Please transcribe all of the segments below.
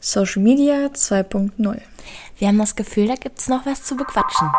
Social Media 2.0. Wir haben das Gefühl, da gibt es noch was zu bequatschen.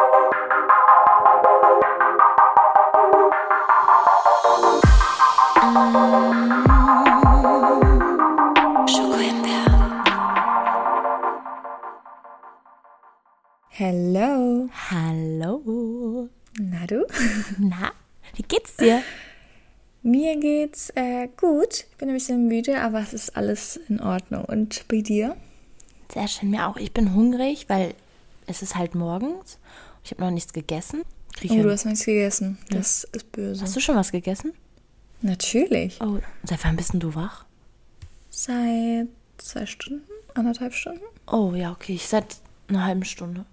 Hello. Hallo. Na du? Na, wie geht's dir? Mir geht's gut. Ich bin ein bisschen müde, aber es ist alles in Ordnung. Und bei dir? Sehr schön, mir auch. Ich bin hungrig, weil es ist halt morgens. Ich habe noch nichts gegessen. Du hast nichts gegessen. Das ist böse. Hast du schon was gegessen? Natürlich. Oh, seit wann bist denn du wach? Seit 2 Stunden? 1,5 Stunden? Oh, ja, okay. Ich seit einer halben Stunde.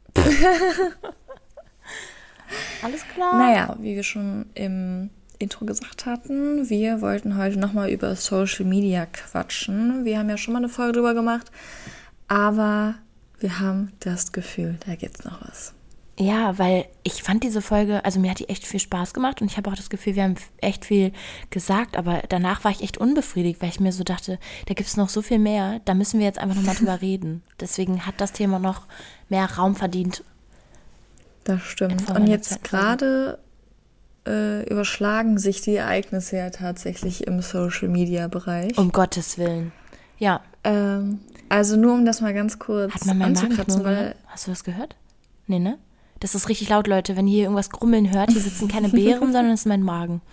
Alles klar. Naja, wie wir schon im Intro gesagt hatten, wir wollten heute nochmal über Social Media quatschen. Wir haben ja schon mal eine Folge drüber gemacht, aber wir haben das Gefühl, da gibt's noch was. Ja, weil ich fand diese Folge, also mir hat die echt viel Spaß gemacht und ich habe auch das Gefühl, wir haben echt viel gesagt, aber danach war ich echt unbefriedigt, weil ich mir so dachte, da gibt es noch so viel mehr, da müssen wir jetzt einfach nochmal drüber reden. Deswegen hat das Thema noch mehr Raum verdient. Das stimmt. Und jetzt gerade überschlagen sich die Ereignisse ja tatsächlich im Social-Media-Bereich. Um Gottes Willen. Ja. Also nur um das mal ganz kurz Hat man meinen anzukratzen, weil... Hast du das gehört? Nee, ne? Das ist richtig laut, Leute. Wenn ihr hier irgendwas grummeln hört, hier sitzen keine Beeren, sondern es ist mein Magen.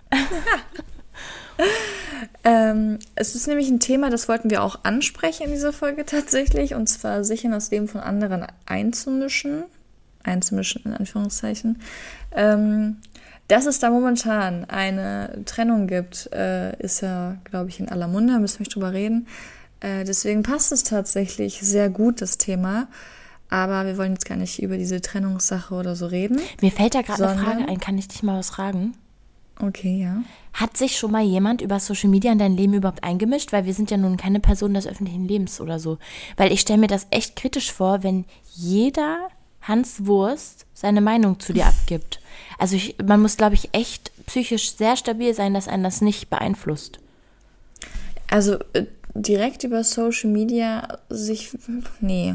Es ist nämlich ein Thema, das wollten wir auch ansprechen in dieser Folge tatsächlich, und zwar sich in das Leben von anderen einzumischen in Anführungszeichen. Dass es da momentan eine Trennung gibt, ist ja, glaube ich, in aller Munde, müssen wir nicht drüber reden. Deswegen passt es tatsächlich sehr gut, das Thema. Aber wir wollen jetzt gar nicht über diese Trennungssache oder so reden. Mir fällt da gerade eine Frage ein, kann ich dich mal was fragen? Okay, ja. Hat sich schon mal jemand über Social Media in dein Leben überhaupt eingemischt? Weil wir sind ja nun keine Person des öffentlichen Lebens oder so. Weil ich stelle mir das echt kritisch vor, wenn jeder Hans Wurst seine Meinung zu dir abgibt. Also man muss, glaube ich, echt psychisch sehr stabil sein, dass einen das nicht beeinflusst. Also direkt über Social Media nee.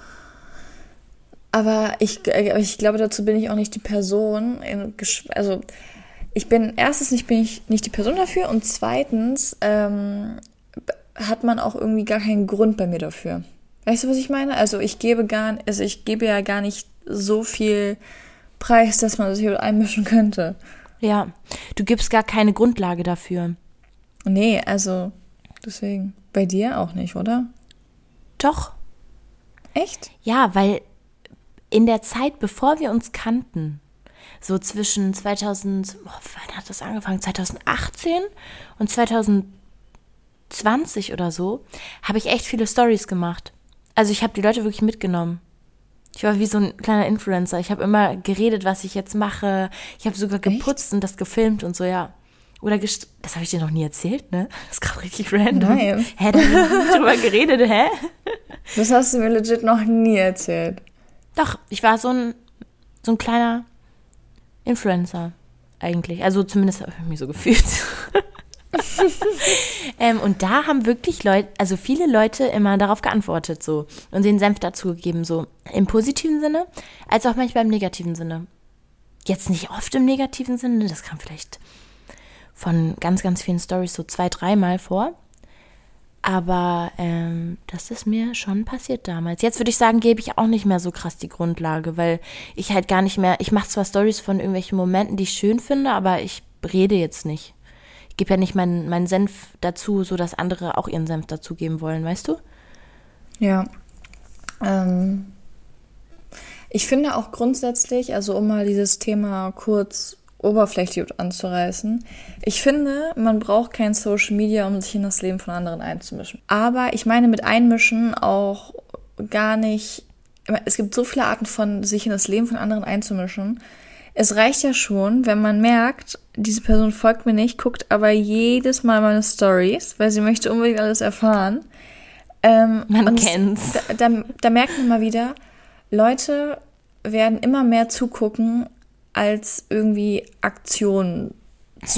Aber ich glaube, dazu bin ich auch nicht die Person. Also erstens bin ich nicht die Person dafür und zweitens hat man auch irgendwie gar keinen Grund bei mir dafür. Weißt du, was ich meine? Also ich gebe ja gar nicht so viel Preis, dass man sich einmischen könnte. Ja, du gibst gar keine Grundlage dafür. Nee, also deswegen. Bei dir auch nicht, oder? Doch. Echt? Ja, weil in der Zeit, bevor wir uns kannten, so zwischen wann hat das angefangen? 2018 und 2020 oder so, habe ich echt viele Stories gemacht. Also ich habe die Leute wirklich mitgenommen. Ich war wie so ein kleiner Influencer. Ich habe immer geredet, was ich jetzt mache. Ich habe sogar geputzt und das gefilmt und so, ja. Oder das habe ich dir noch nie erzählt, ne? Das ist gerade richtig random. Nein. Hä, da haben wir drüber geredet, hä? Das hast du mir legit noch nie erzählt. Doch, ich war so ein kleiner Influencer eigentlich. Also zumindest habe ich mich so gefühlt. Und da haben wirklich viele Leute immer darauf geantwortet so und den Senf dazu gegeben, so im positiven Sinne, als auch manchmal im negativen Sinne. Jetzt nicht oft im negativen Sinne, das kam vielleicht von ganz, ganz vielen Storys so 2-3 Mal vor. Aber das ist mir schon passiert damals. Jetzt würde ich sagen, gebe ich auch nicht mehr so krass die Grundlage, weil ich halt gar nicht mehr, ich mache zwar Storys von irgendwelchen Momenten, die ich schön finde, aber ich rede jetzt nicht. Ich gebe ja nicht meinen Senf dazu, so dass andere auch ihren Senf dazugeben wollen, weißt du? Ja. Ich finde auch grundsätzlich, also um mal dieses Thema kurz oberflächlich anzureißen, ich finde, man braucht kein Social Media, um sich in das Leben von anderen einzumischen. Aber ich meine mit einmischen auch gar nicht, es gibt so viele Arten von sich in das Leben von anderen einzumischen. Es reicht ja schon, wenn man merkt, diese Person folgt mir nicht, guckt aber jedes Mal meine Stories, weil sie möchte unbedingt alles erfahren. Man kennt's. Da merkt man mal wieder, Leute werden immer mehr zugucken, als irgendwie Aktionen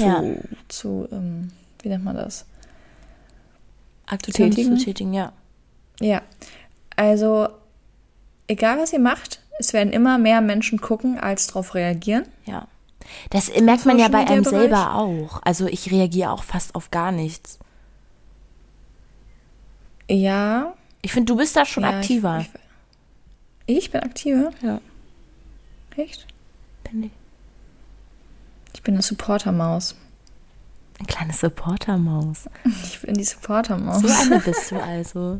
zu wie nennt man das? Aktionen zu tätigen, ja. Ja, also egal was ihr macht, es werden immer mehr Menschen gucken, als darauf reagieren. Ja. Das merkt man ja bei einem Social-Media-Bereich. selber auch. Also ich reagiere auch fast auf gar nichts. Ja. Ich finde, du bist da schon ja, aktiver. Ich bin aktiver? Ja. Echt? Bin ich. Ich bin eine Supporter-Maus. Eine kleine Supporter-Maus. Ich bin die Supporter-Maus. So eine bist du also.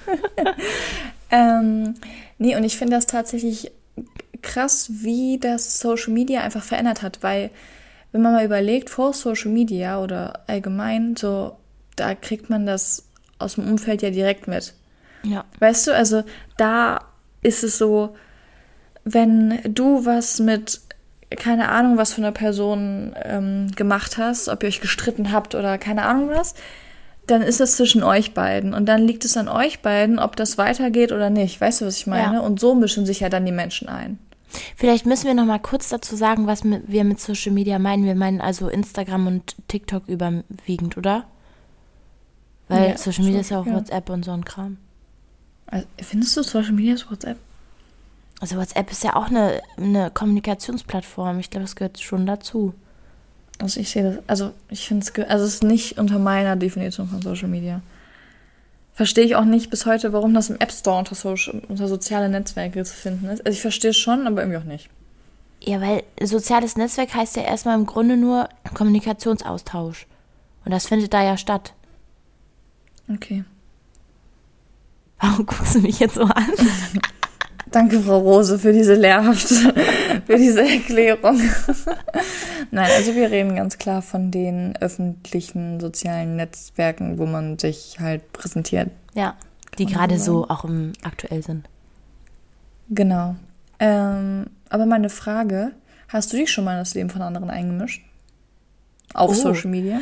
Nee, und ich finde das tatsächlich krass, wie das Social Media einfach verändert hat, weil wenn man mal überlegt, vor Social Media oder allgemein, so, da kriegt man das aus dem Umfeld ja direkt mit. Ja. Weißt du, also da ist es so, wenn du was mit, keine Ahnung, was für eine Person gemacht hast, ob ihr euch gestritten habt oder keine Ahnung was, dann ist das zwischen euch beiden. Und dann liegt es an euch beiden, ob das weitergeht oder nicht. Weißt du, was ich meine? Ja. Und so mischen sich ja dann die Menschen ein. Vielleicht müssen wir noch mal kurz dazu sagen, was wir mit Social Media meinen. Wir meinen also Instagram und TikTok überwiegend, oder? Weil Ja, Social Media ist ja auch ja. WhatsApp und so ein Kram. Also, findest du Social Media ist WhatsApp? Also WhatsApp ist ja auch eine Kommunikationsplattform. Ich glaube, das gehört schon dazu. Also ich sehe das, also ich finde es, also es ist nicht unter meiner Definition von Social Media. Verstehe ich auch nicht bis heute, warum das im App Store unter soziale Netzwerke zu finden ist. Also ich verstehe es schon, aber irgendwie auch nicht. Ja, weil soziales Netzwerk heißt ja erstmal im Grunde nur Kommunikationsaustausch. Und das findet da ja statt. Okay. Warum guckst du mich jetzt so an? Danke, Frau Rose, für diese für diese Erklärung. Nein, also wir reden ganz klar von den öffentlichen sozialen Netzwerken, wo man sich halt präsentiert. Ja, die gerade so auch aktuell sind. Genau. Aber meine Frage, hast du dich schon mal in das Leben von anderen eingemischt? Auf Social Media?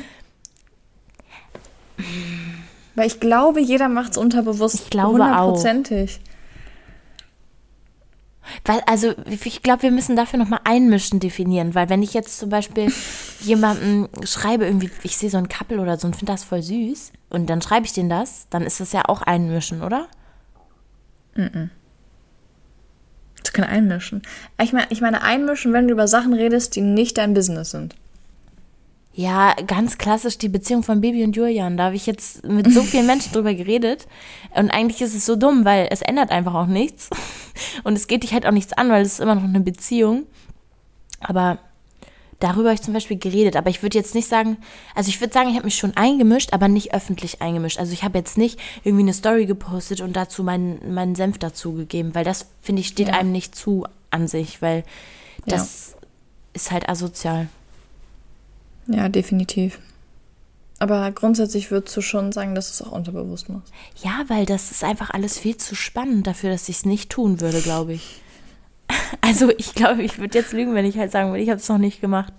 Weil ich glaube, jeder macht es unterbewusst. Ich glaube auch. 100%ig. Weil, also ich glaube, wir müssen dafür nochmal einmischen definieren, weil wenn ich jetzt zum Beispiel jemandem schreibe, irgendwie, ich sehe so ein Couple oder so und finde das voll süß und dann schreibe ich denen das, dann ist das ja auch einmischen, oder? Das kann einmischen. Ich meine einmischen, wenn du über Sachen redest, die nicht dein Business sind. Ja, ganz klassisch die Beziehung von Baby und Julian. Da habe ich jetzt mit so vielen Menschen drüber geredet. Und eigentlich ist es so dumm, weil es ändert einfach auch nichts. Und es geht dich halt auch nichts an, weil es ist immer noch eine Beziehung. Aber darüber habe ich zum Beispiel geredet. Aber ich würde jetzt nicht sagen, also ich würde sagen, ich habe mich schon eingemischt, aber nicht öffentlich eingemischt. Also ich habe jetzt nicht irgendwie eine Story gepostet und dazu meinen Senf dazu gegeben. Weil das, finde ich, steht einem nicht zu an sich. Weil das ist halt asozial. Ja, definitiv. Aber grundsätzlich würdest du schon sagen, dass du es auch unterbewusst machst. Ja, weil das ist einfach alles viel zu spannend dafür, dass ich es nicht tun würde, glaube ich. Also ich glaube, ich würde jetzt lügen, wenn ich halt sagen würde, ich habe es noch nicht gemacht.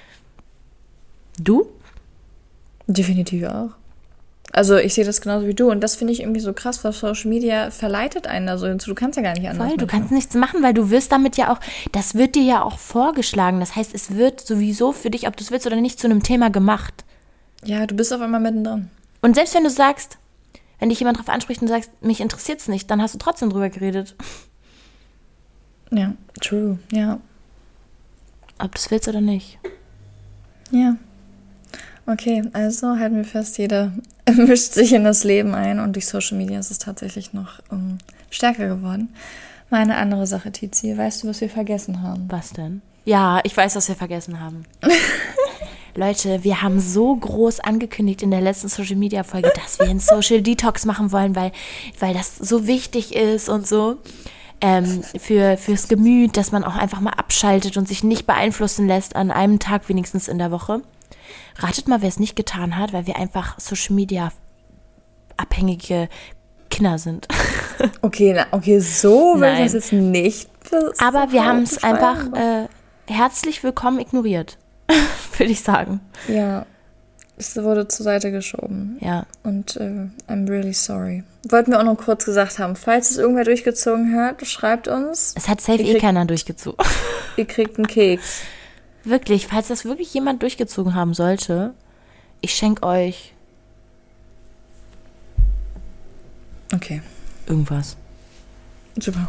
Du? Definitiv auch. Also ich sehe das genauso wie du. Und das finde ich irgendwie so krass, weil Social Media verleitet einen da so hinzu. Du kannst ja gar nicht anders. Voll, du kannst nichts machen, weil du wirst damit ja auch, das wird dir ja auch vorgeschlagen. Das heißt, es wird sowieso für dich, ob du es willst oder nicht, zu einem Thema gemacht. Ja, du bist auf einmal mittendrin. Und selbst wenn du sagst, wenn dich jemand darauf anspricht und sagst, mich interessiert es nicht, dann hast du trotzdem drüber geredet. Ja, true, ja. Ob du es willst oder nicht. Ja. Okay, also halten wir fest, jeder mischt sich in das Leben ein und durch Social Media ist es tatsächlich noch stärker geworden. Mal eine andere Sache, Tizi. Weißt du, was wir vergessen haben? Was denn? Ja, ich weiß, was wir vergessen haben. Leute, wir haben so groß angekündigt in der letzten Social-Media-Folge, dass wir einen Social Detox machen wollen, weil das so wichtig ist und so. Fürs Gemüt, dass man auch einfach mal abschaltet und sich nicht beeinflussen lässt, an einem Tag wenigstens in der Woche. Ratet mal, wer es nicht getan hat, weil wir einfach Social-Media-abhängige Kinder sind. Okay, so will ich Nein. das jetzt nicht. Aber wir haben es einfach herzlich willkommen ignoriert, würde ich sagen. Ja, es wurde zur Seite geschoben. Ja. Und I'm really sorry. Wollten wir auch noch kurz gesagt haben, falls es irgendwer durchgezogen hat, schreibt uns. Es hat safe keiner durchgezogen. Ihr kriegt einen Keks. Wirklich, falls das wirklich jemand durchgezogen haben sollte, ich schenke euch. Okay, irgendwas. Super.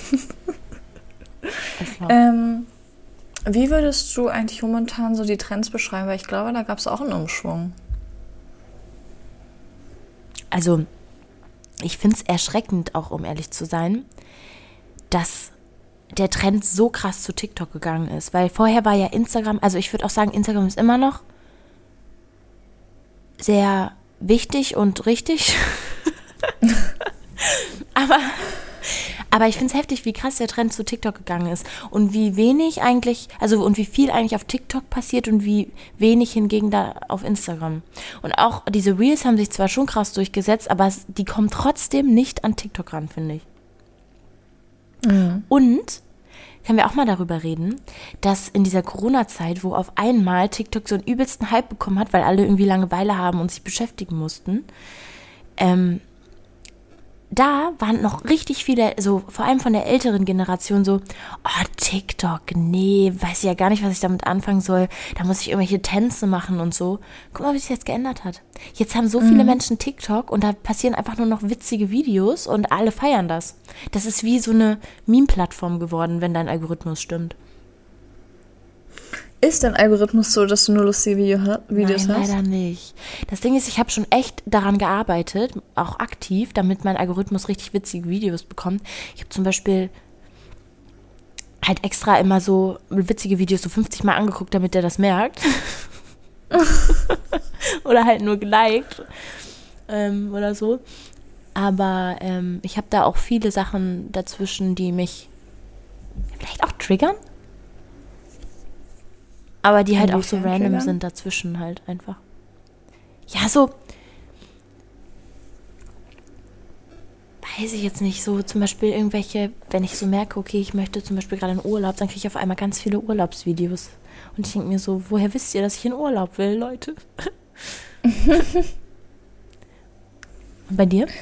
Das war- Wie würdest du eigentlich momentan so die Trends beschreiben? Weil ich glaube, da gab es auch einen Umschwung. Also, ich finde es erschreckend, auch um ehrlich zu sein, dass der Trend so krass zu TikTok gegangen ist. Weil vorher war ja Instagram, also ich würde auch sagen, Instagram ist immer noch sehr wichtig und richtig. Aber ich finde es heftig, wie krass der Trend zu TikTok gegangen ist. Und wie wenig eigentlich, also und wie viel eigentlich auf TikTok passiert und wie wenig hingegen da auf Instagram. Und auch diese Reels haben sich zwar schon krass durchgesetzt, aber die kommen trotzdem nicht an TikTok ran, finde ich. Und können wir auch mal darüber reden, dass in dieser Corona-Zeit, wo auf einmal TikTok so einen übelsten Hype bekommen hat, weil alle irgendwie Langeweile haben und sich beschäftigen mussten, da waren noch richtig viele, so vor allem von der älteren Generation so, oh, TikTok, nee, weiß ich ja gar nicht, was ich damit anfangen soll. Da muss ich irgendwelche Tänze machen und so. Guck mal, wie sich das jetzt geändert hat. Jetzt haben so viele Menschen TikTok und da passieren einfach nur noch witzige Videos und alle feiern das. Das ist wie so eine Meme-Plattform geworden, wenn dein Algorithmus stimmt. Ist dein Algorithmus so, dass du nur lustige Videos Nein, hast? leider nicht. Das Ding ist, ich habe schon echt daran gearbeitet, auch aktiv, damit mein Algorithmus richtig witzige Videos bekommt. Ich habe zum Beispiel halt extra immer so witzige Videos so 50 Mal angeguckt, damit der das merkt. Oder halt nur geliked oder so. Aber ich habe da auch viele Sachen dazwischen, die mich vielleicht auch triggern. Aber die halt auch so Inwiefern random triggern? sind dazwischen halt einfach. Ja, so. Weiß ich jetzt nicht. So zum Beispiel irgendwelche, wenn ich so merke, okay, ich möchte zum Beispiel gerade in Urlaub, dann kriege ich auf einmal ganz viele Urlaubsvideos. Und ich denke mir so, woher wisst ihr, dass ich in Urlaub will, Leute? Und bei dir?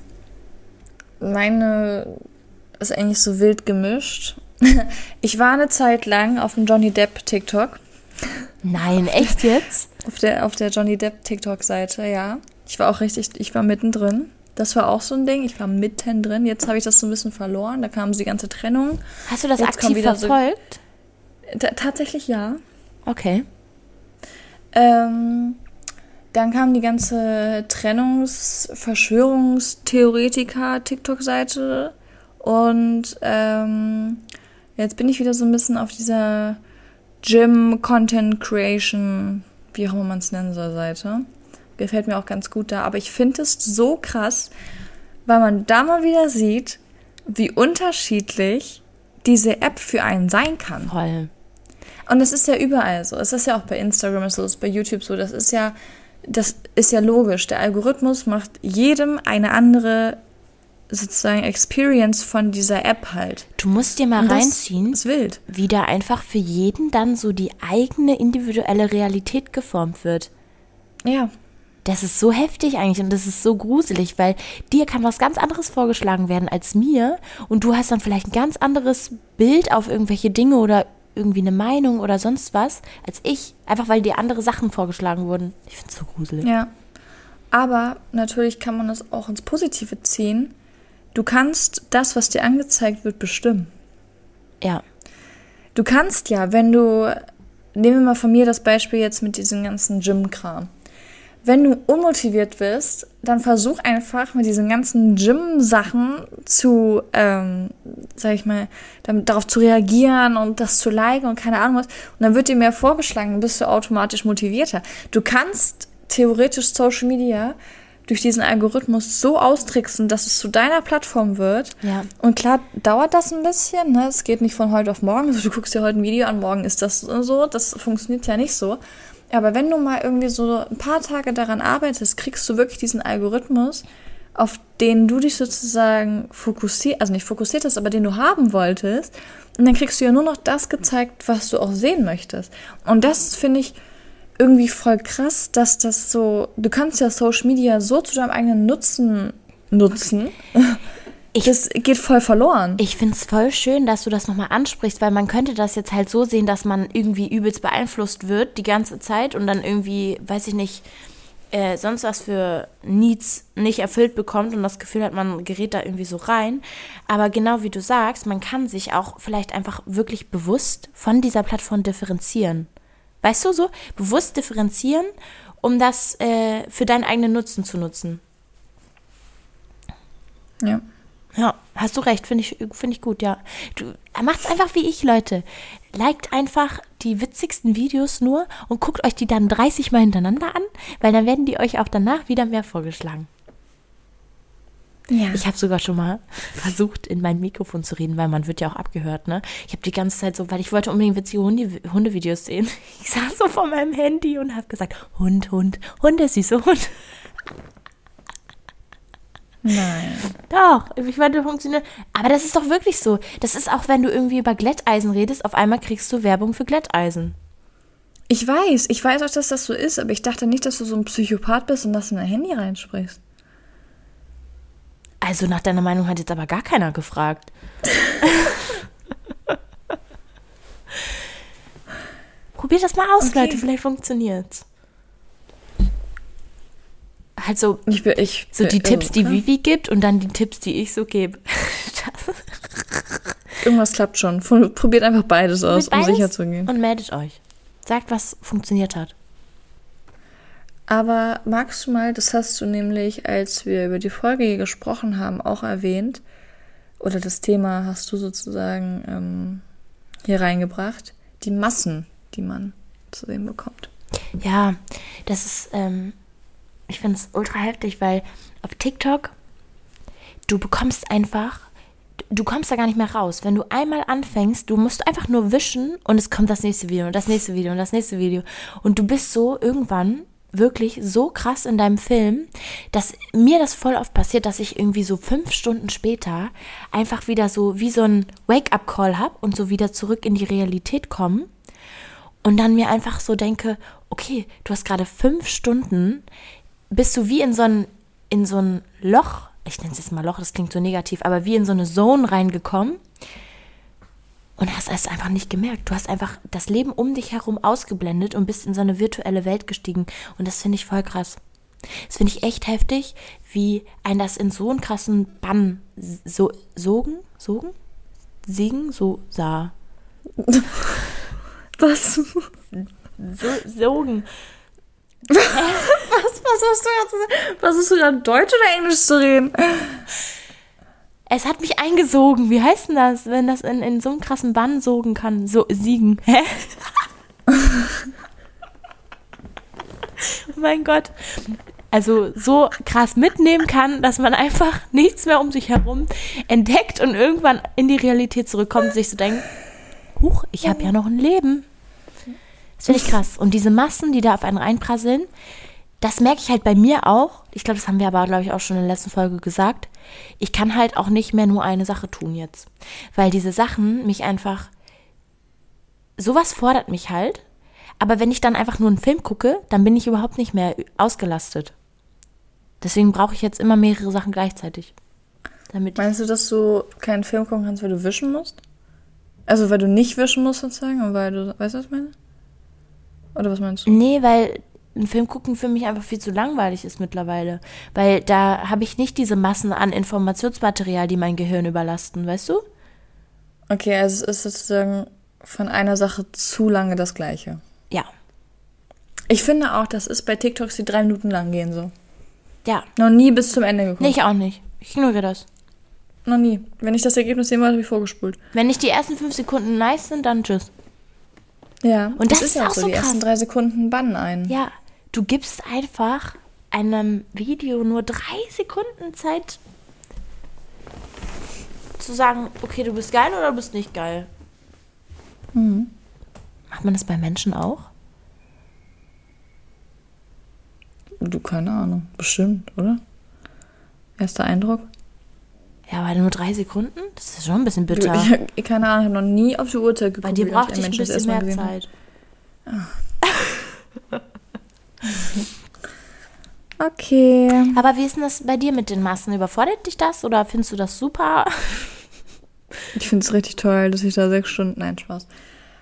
Meine ist eigentlich so wild gemischt. Ich war eine Zeit lang auf dem Johnny Depp TikTok. Nein, echt jetzt? Auf der Johnny Depp TikTok-Seite, ja. Ich war mittendrin. Das war auch so ein Ding. Ich war mittendrin. Jetzt habe ich das so ein bisschen verloren. Da kam so die ganze Trennung. Hast du das Jetzt kommt aktiv wieder verfolgt? Tatsächlich ja. Okay. Dann kam die ganze Verschwörungstheoretiker-TikTok-Seite. Und jetzt bin ich wieder so ein bisschen auf dieser Gym-Content-Creation, wie auch immer man es nennen soll, Seite. Gefällt mir auch ganz gut da. Aber ich finde es so krass, weil man da mal wieder sieht, wie unterschiedlich diese App für einen sein kann. Voll. Und das ist ja überall so. Es ist ja auch bei Instagram so, es ist bei YouTube so. Das ist ja logisch. Der Algorithmus macht jedem eine andere sozusagen Experience von dieser App halt. Du musst dir mal Und das reinziehen, ist wild. wie da einfach für jeden dann so die eigene individuelle Realität geformt wird. Ja. Das ist so heftig eigentlich und das ist so gruselig, weil dir kann was ganz anderes vorgeschlagen werden als mir und du hast dann vielleicht ein ganz anderes Bild auf irgendwelche Dinge oder irgendwie eine Meinung oder sonst was als ich, einfach weil dir andere Sachen vorgeschlagen wurden. Ich finde es so gruselig. Ja. Aber natürlich kann man das auch ins Positive ziehen. Du kannst das, was dir angezeigt wird, bestimmen. Ja. Du kannst ja, wenn du, nehmen wir mal von mir das Beispiel jetzt mit diesem ganzen Gym-Kram. Wenn du unmotiviert bist, dann versuch einfach mit diesen ganzen Gym-Sachen zu, sag ich mal, darauf zu reagieren und das zu liken und keine Ahnung was. Und dann wird dir mehr vorgeschlagen, dann bist du automatisch motivierter. Du kannst theoretisch Social Media durch diesen Algorithmus so austricksen, dass es zu deiner Plattform wird. Ja. Und klar, dauert das ein bisschen, ne? Es geht nicht von heute auf morgen. Also du guckst dir heute ein Video an, morgen ist das so. Das funktioniert ja nicht so. Aber wenn du mal irgendwie so ein paar Tage daran arbeitest, kriegst du wirklich diesen Algorithmus, auf den du dich sozusagen nicht fokussiert hast, aber den du haben wolltest. Und dann kriegst du ja nur noch das gezeigt, was du auch sehen möchtest. Und das finde ich irgendwie voll krass, dass das so, du kannst ja Social Media so zu deinem eigenen Nutzen nutzen. Das geht voll verloren. Ich finde es voll schön, dass du das nochmal ansprichst, weil man könnte das jetzt halt so sehen, dass man irgendwie übelst beeinflusst wird die ganze Zeit und dann irgendwie, weiß ich nicht, sonst was für Needs nicht erfüllt bekommt und das Gefühl hat, man gerät da irgendwie so rein. Aber genau wie du sagst, man kann sich auch vielleicht einfach wirklich bewusst von dieser Plattform differenzieren. Weißt du, so bewusst differenzieren, um das für deinen eigenen Nutzen zu nutzen. Ja. Ja, hast du recht, finde ich gut, ja. Macht's einfach wie ich, Leute. Liked einfach die witzigsten Videos nur und guckt euch die dann 30 Mal hintereinander an, weil dann werden die euch auch danach wieder mehr vorgeschlagen. Ja. Ich habe sogar schon mal versucht, in mein Mikrofon zu reden, weil man wird ja auch abgehört, ne? Ich habe die ganze Zeit so, weil ich wollte unbedingt witzige Hundevideos sehen. Ich saß so vor meinem Handy und habe gesagt, Hund, Hunde, süße Hund. Nein. Doch, ich wollte funktionieren. Aber das ist doch wirklich so. Das ist auch, wenn du irgendwie über Glätteisen redest, auf einmal kriegst du Werbung für Glätteisen. Ich weiß auch, dass das so ist, aber ich dachte nicht, dass du so ein Psychopath bist und dass du in dein Handy reinsprichst. Also nach deiner Meinung hat jetzt aber gar keiner gefragt. Probiert das mal aus, okay. Leute, vielleicht funktioniert's. Halt so, die Tipps, die Vivi gibt und dann die Tipps, die ich so gebe. Irgendwas klappt schon. Probiert einfach beides aus, um sicher zu gehen. Und meldet euch. Sagt, was funktioniert hat. Aber magst du mal, das hast du nämlich, als wir über die Folge hier gesprochen haben, auch erwähnt, oder das Thema hast du sozusagen hier reingebracht, die Massen, die man zu sehen bekommt. Ja, das ist, ich finde es ultra heftig, weil auf TikTok, du kommst da gar nicht mehr raus. Wenn du einmal anfängst, du musst einfach nur wischen und es kommt das nächste Video und das nächste Video und das nächste Video. Und du bist so irgendwann wirklich so krass in deinem Film, dass mir das voll oft passiert, dass ich irgendwie so 5 Stunden später einfach wieder so wie so ein Wake-up-Call habe und so wieder zurück in die Realität komme und dann mir einfach so denke, okay, du hast gerade 5 Stunden, bist du wie in so ein Loch, ich nenne es jetzt mal Loch, das klingt so negativ, aber wie in so eine Zone reingekommen und hast es einfach nicht gemerkt. Du hast einfach das Leben um dich herum ausgeblendet und bist in so eine virtuelle Welt gestiegen und das finde ich voll krass. Das finde ich echt heftig, wie ein das in so einen krassen Bann siegen, so sah. Was? Sogen. Was hast du gerade zu sagen? Versuchst du gerade Deutsch oder Englisch zu reden? Es hat mich eingesogen. Wie heißt denn das, wenn das in so einem krassen Bann sogen kann? So, siegen. Hä? Oh mein Gott. Also so krass mitnehmen kann, dass man einfach nichts mehr um sich herum entdeckt und irgendwann in die Realität zurückkommt und sich so denkt, huch, ich habe ja noch ein Leben. Das finde ich krass. Und diese Massen, die da auf einen reinprasseln, das merke ich halt bei mir auch. Ich glaube, das haben wir aber, glaube ich, auch schon in der letzten Folge gesagt. Ich kann halt auch nicht mehr nur eine Sache tun jetzt. Weil diese Sachen mich einfach, sowas fordert mich halt. Aber wenn ich dann einfach nur einen Film gucke, dann bin ich überhaupt nicht mehr ausgelastet. Deswegen brauche ich jetzt immer mehrere Sachen gleichzeitig. Meinst du, dass du keinen Film gucken kannst, weil du wischen musst? Also, weil du nicht wischen musst, sozusagen? Und weil du, weißt du, was ich meine? Oder was meinst du? Nee, weil ein Film gucken für mich einfach viel zu langweilig ist mittlerweile. Weil da habe ich nicht diese Massen an Informationsmaterial, die mein Gehirn überlasten, weißt du? Okay, also es ist sozusagen von einer Sache zu lange das Gleiche. Ja. Ich finde auch, das ist bei TikToks, die 3 Minuten lang gehen so. Ja. Noch nie bis zum Ende gekommen. Nee, ich auch nicht. Ich ignoriere das. Noch nie. Wenn ich das Ergebnis sehen wollte, habe ich vorgespult. Wenn nicht die ersten 5 Sekunden nice sind, dann tschüss. Ja, und das ist ja auch so die krass. Ersten 3 Sekunden bannen ein. Ja, du gibst einfach einem Video nur 3 Sekunden Zeit zu sagen, okay, du bist geil oder du bist nicht geil. Mhm. Macht man das bei Menschen auch? Du, keine Ahnung. Bestimmt, oder? Erster Eindruck? Ja, aber nur 3 Sekunden? Das ist schon ein bisschen bitter. Ich keine Ahnung, ich habe noch nie auf die Uhrzeit geguckt. Bei dir brauchte ich ein bisschen mehr Zeit. Okay. Aber wie ist denn das bei dir mit den Massen? Überfordert dich das oder findest du das super? Ich finde es richtig toll, dass ich da 6 Stunden... Nein, Spaß.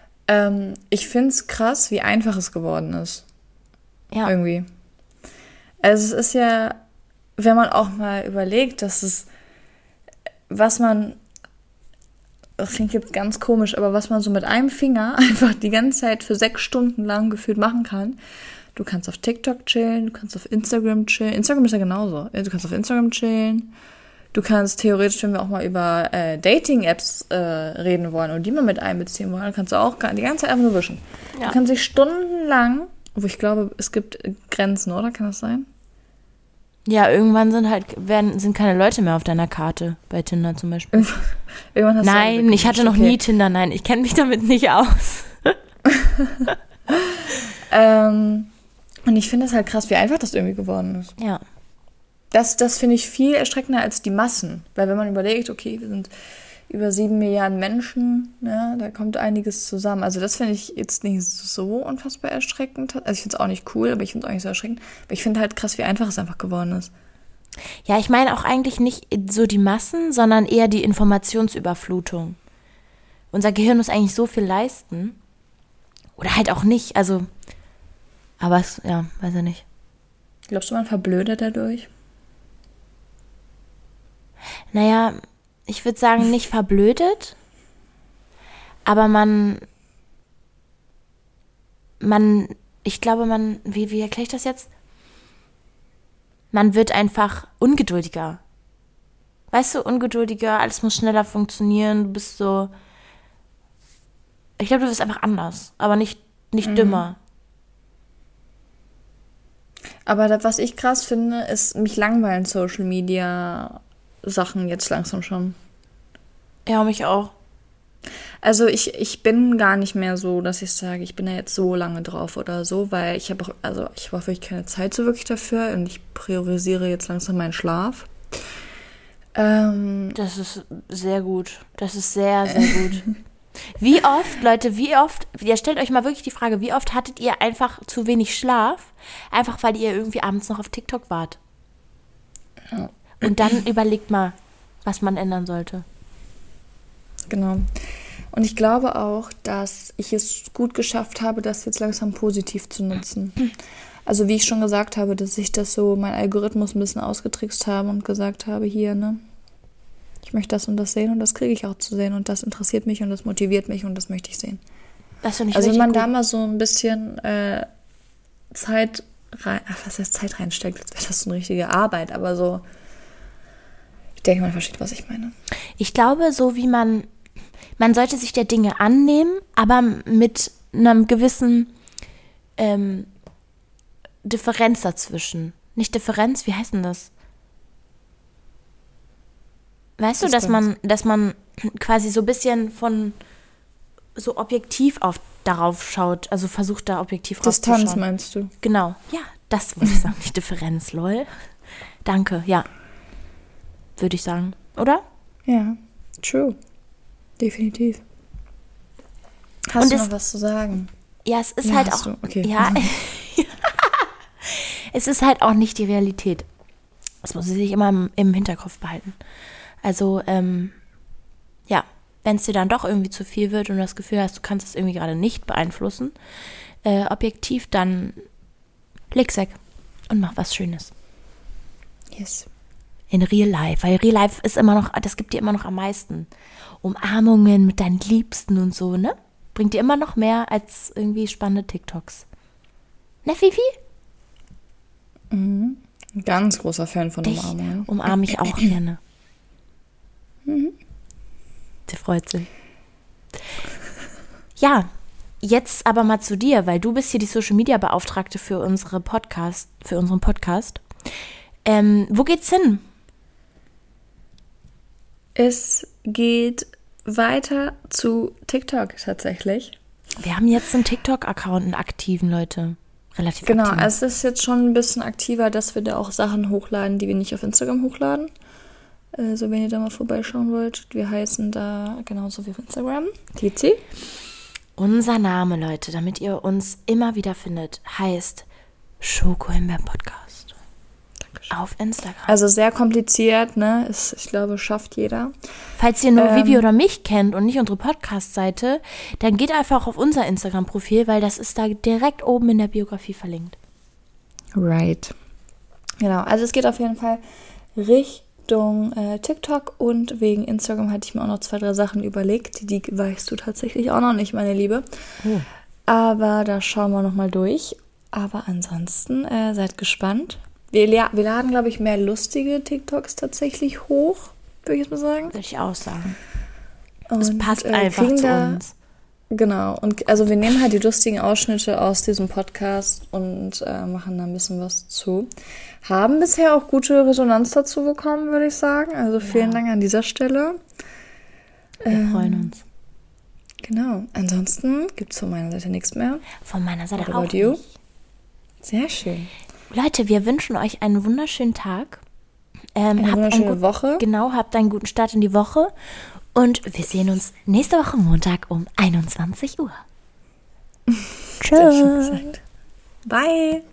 Ich finde es krass, wie einfach es geworden ist. Ja. Irgendwie. Also es ist ja, wenn man auch mal überlegt, das klingt jetzt ganz komisch, aber was man so mit einem Finger einfach die ganze Zeit für 6 Stunden lang gefühlt machen kann. Du kannst auf TikTok chillen, du kannst auf Instagram chillen. Instagram ist ja genauso. Du kannst auf Instagram chillen. Du kannst theoretisch, wenn wir auch mal über Dating-Apps reden wollen und die mal mit einbeziehen wollen, kannst du auch die ganze Zeit einfach nur wischen. Ja. Du kannst dich stundenlang, wo ich glaube, es gibt Grenzen, oder? Kann das sein? Ja, irgendwann sind keine Leute mehr auf deiner Karte, bei Tinder zum Beispiel. Irgendwann hast nein, ich hatte noch nie Tinder, nein, ich kenne mich damit nicht aus. Und ich finde es halt krass, wie einfach das irgendwie geworden ist. Ja. Das finde ich viel erschreckender als die Massen. Weil wenn man überlegt, okay, wir sind über 7 Milliarden Menschen, ne, da kommt einiges zusammen. Also das finde ich jetzt nicht so unfassbar erschreckend. Also ich finde es auch nicht cool, aber ich finde es auch nicht so erschreckend. Aber ich finde halt krass, wie einfach es einfach geworden ist. Ja, ich meine auch eigentlich nicht so die Massen, sondern eher die Informationsüberflutung. Unser Gehirn muss eigentlich so viel leisten. Oder halt auch nicht, also, aber es, ja, weiß ich nicht. Glaubst du, man verblödet dadurch? Naja, ich würde sagen, nicht verblödet, aber ich glaube, wie erkläre ich das jetzt? Man wird einfach ungeduldiger. Weißt du, ungeduldiger, alles muss schneller funktionieren, du bist so, ich glaube, du wirst einfach anders, aber nicht dümmer. Aber was ich krass finde, ist, mich langweilen Social Media Sachen jetzt langsam schon. Ja, mich auch. Also ich bin gar nicht mehr so, dass ich sage, ich bin ja jetzt so lange drauf oder so, weil ich habe wirklich keine Zeit so wirklich dafür und ich priorisiere jetzt langsam meinen Schlaf. Das ist sehr gut. Das ist sehr, sehr gut. Wie oft, Leute, ihr stellt euch mal wirklich die Frage, wie oft hattet ihr einfach zu wenig Schlaf, einfach weil ihr irgendwie abends noch auf TikTok wart? Ja. Und dann überlegt mal, was man ändern sollte. Genau. Und ich glaube auch, dass ich es gut geschafft habe, das jetzt langsam positiv zu nutzen. Also wie ich schon gesagt habe, dass ich das so, mein Algorithmus ein bisschen ausgetrickst habe und gesagt habe, hier, ne, ich möchte das und das sehen und das kriege ich auch zu sehen und das interessiert mich und das motiviert mich und das möchte ich sehen. Das finde ich also wenn man gut. da mal so ein bisschen Zeit reinsteckt, als wäre das so eine richtige Arbeit, aber so, ich denke, man versteht, was ich meine. Ich glaube, so wie man sollte sich der Dinge annehmen, aber mit einem gewissen Differenz dazwischen. Nicht Differenz, wie heißt denn das? Weißt du, dass man quasi so ein bisschen von so objektiv darauf schaut, also versucht da objektiv rauszuschauen. Distanz meinst du? Genau, ja, das wollte ich sagen, nicht Differenz, lol. Danke, ja. Würde ich sagen, oder? Ja, true. Definitiv. Hast du noch was zu sagen? Ja, es ist halt auch... Okay. Ja, es ist halt auch nicht die Realität. Das muss sie sich immer im Hinterkopf behalten. Also, ja, wenn es dir dann doch irgendwie zu viel wird und du das Gefühl hast, du kannst es irgendwie gerade nicht beeinflussen, objektiv, dann leg's weg und mach was Schönes. Yes. In Real Life, weil Real Life ist immer noch, das gibt dir immer noch am meisten. Umarmungen mit deinen Liebsten und so, ne? Bringt dir immer noch mehr als irgendwie spannende TikToks. Ne, Fifi? Mhm. Ein ganz großer Fan von Umarmungen. Umarme ich auch gerne. Sie freut sich. Ja, jetzt aber mal zu dir, weil du bist hier die Social-Media-Beauftragte für unseren Podcast. Wo geht's hin? Es geht weiter zu TikTok tatsächlich. Wir haben jetzt einen TikTok-Account, einen aktiven, Leute. Relativ genau, aktiven. Genau, es ist jetzt schon ein bisschen aktiver, dass wir da auch Sachen hochladen, die wir nicht auf Instagram hochladen. Also wenn ihr da mal vorbeischauen wollt, wir heißen da genauso wie auf Instagram. Tizi. Unser Name, Leute, damit ihr uns immer wieder findet, heißt Schokohimbeer Podcast. Auf Instagram. Also sehr kompliziert, ne? Ich glaube, schafft jeder. Falls ihr nur Vivi oder mich kennt und nicht unsere Podcast-Seite, dann geht einfach auf unser Instagram-Profil, weil das ist da direkt oben in der Biografie verlinkt. Right. Genau, also es geht auf jeden Fall Richtung TikTok und wegen Instagram hatte ich mir auch noch 2, 3 Sachen überlegt. Die weißt du tatsächlich auch noch nicht, meine Liebe. Aber da schauen wir nochmal durch. Aber ansonsten seid gespannt. Wir laden, glaube ich, mehr lustige TikToks tatsächlich hoch, würde ich jetzt mal sagen. Würde ich auch sagen. Und es passt einfach zu uns. Genau. Und also wir nehmen halt die lustigen Ausschnitte aus diesem Podcast und machen da ein bisschen was zu. Haben bisher auch gute Resonanz dazu bekommen, würde ich sagen. Also vielen Dank an dieser Stelle. Wir freuen uns. Genau. Ansonsten gibt es von meiner Seite nichts mehr. Von meiner Seite What auch about you? nicht. Sehr schön. Leute, wir wünschen euch einen wunderschönen Tag. Eine wunderschöne Woche. Genau, habt einen guten Start in die Woche. Und wir sehen uns nächste Woche Montag um 21 Uhr. Tschüss. Bye.